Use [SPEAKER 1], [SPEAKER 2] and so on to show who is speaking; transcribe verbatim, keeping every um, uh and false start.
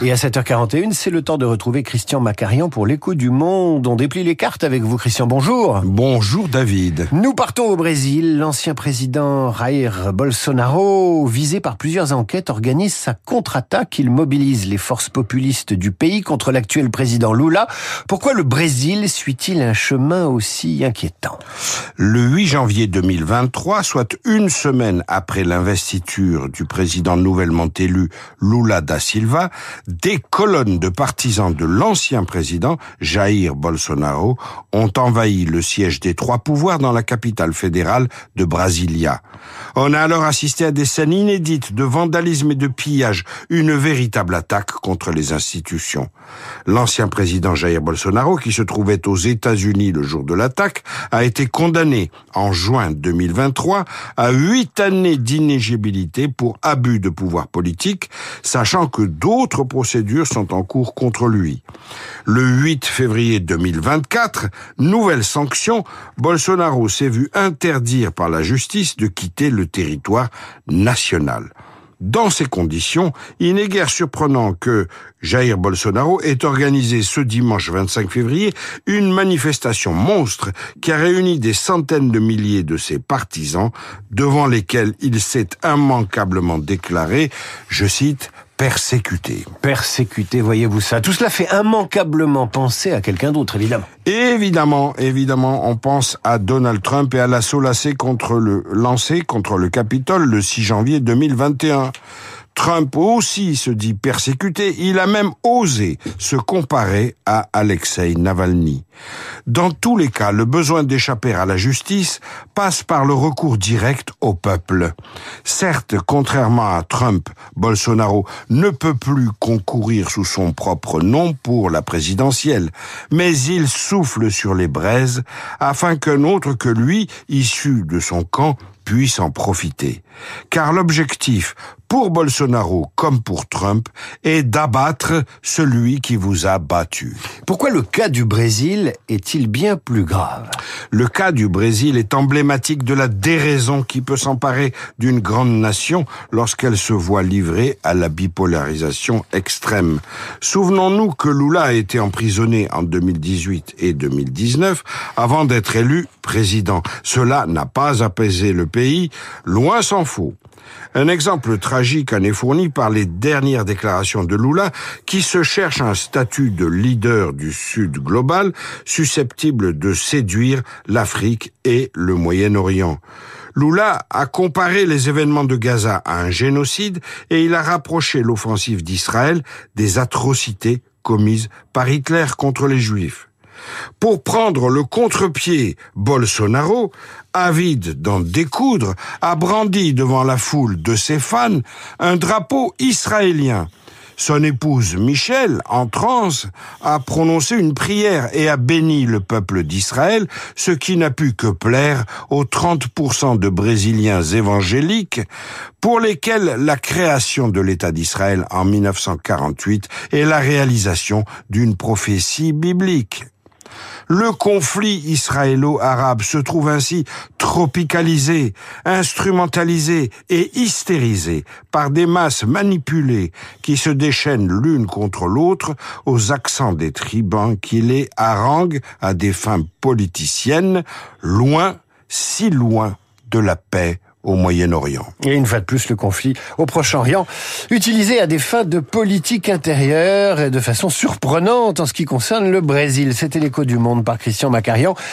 [SPEAKER 1] Et à sept heures quarante et une, c'est le temps de retrouver Christian Macarian pour l'écho du monde. On déplie les cartes avec vous, Christian. Bonjour.
[SPEAKER 2] Bonjour, David.
[SPEAKER 1] Nous partons au Brésil. L'ancien président Jair Bolsonaro, visé par plusieurs enquêtes, organise sa contre-attaque. Il mobilise les forces populistes du pays contre l'actuel président Lula. Pourquoi le Brésil suit-il un chemin aussi inquiétant?
[SPEAKER 2] Le huit janvier deux mille vingt-trois, soit une semaine après l'investiture du président nouvellement élu Lula da Silva, des colonnes de partisans de l'ancien président, Jair Bolsonaro, ont envahi le siège des trois pouvoirs dans la capitale fédérale de Brasilia. On a alors assisté à des scènes inédites de vandalisme et de pillage, une véritable attaque contre les institutions. L'ancien président Jair Bolsonaro, qui se trouvait aux États-Unis le jour de l'attaque, a été condamné en juin deux mille vingt-trois à huit années d'inéligibilité pour abus de pouvoir politique, sachant que d'autres procédures sont en cours contre lui. Le huit février deux mille vingt-quatre, nouvelle sanction, Bolsonaro s'est vu interdire par la justice de quitter le territoire national. Dans ces conditions, il n'est guère surprenant que Jair Bolsonaro ait organisé ce dimanche vingt-cinq février une manifestation monstre qui a réuni des centaines de milliers de ses partisans, devant lesquels il s'est immanquablement déclaré, je cite, persécuté.
[SPEAKER 1] Persécuté, voyez-vous ça. Tout cela fait immanquablement penser à quelqu'un d'autre, évidemment.
[SPEAKER 2] Évidemment, évidemment, on pense à Donald Trump et à l'assaut lancé contre le, lancé contre le Capitole le six janvier deux mille vingt et un. Trump aussi se dit persécuté, il a même osé se comparer à Alexeï Navalny. Dans tous les cas, le besoin d'échapper à la justice passe par le recours direct au peuple. Certes, contrairement à Trump, Bolsonaro ne peut plus concourir sous son propre nom pour la présidentielle, mais il souffle sur les braises afin qu'un autre que lui, issu de son camp, puisse en profiter. Car l'objectif, pour Bolsonaro comme pour Trump, est d'abattre celui qui vous a battu.
[SPEAKER 1] Pourquoi le cas du Brésil est-il bien plus grave?
[SPEAKER 2] Le cas du Brésil est emblématique de la déraison qui peut s'emparer d'une grande nation lorsqu'elle se voit livrée à la bipolarisation extrême. Souvenons-nous que Lula a été emprisonné en deux mille dix-huit et deux mille dix-neuf avant d'être élu président. Cela n'a pas apaisé le pays, loin s'en faut. Un exemple tragique en est fourni par les dernières déclarations de Lula, qui se cherche un statut de leader du Sud global, susceptible de séduire l'Afrique et le Moyen-Orient. Lula a comparé les événements de Gaza à un génocide et il a rapproché l'offensive d'Israël des atrocités commises par Hitler contre les Juifs. Pour prendre le contre-pied, Bolsonaro, avide d'en découdre, a brandi devant la foule de ses fans un drapeau israélien. Son épouse Michelle, en transe, a prononcé une prière et a béni le peuple d'Israël, ce qui n'a pu que plaire aux trente pour cent de Brésiliens évangéliques pour lesquels la création de l'État d'Israël en mille neuf cent quarante-huit est la réalisation d'une prophétie biblique. Le conflit israélo-arabe se trouve ainsi tropicalisé, instrumentalisé et hystérisé par des masses manipulées qui se déchaînent l'une contre l'autre aux accents des tribuns qui les haranguent à des fins politiciennes, loin, si loin de la paix au Moyen-Orient.
[SPEAKER 1] Et une fois de plus, le conflit au Proche-Orient, utilisé à des fins de politique intérieure et de façon surprenante en ce qui concerne le Brésil. C'était l'écho du monde par Christian Macarian.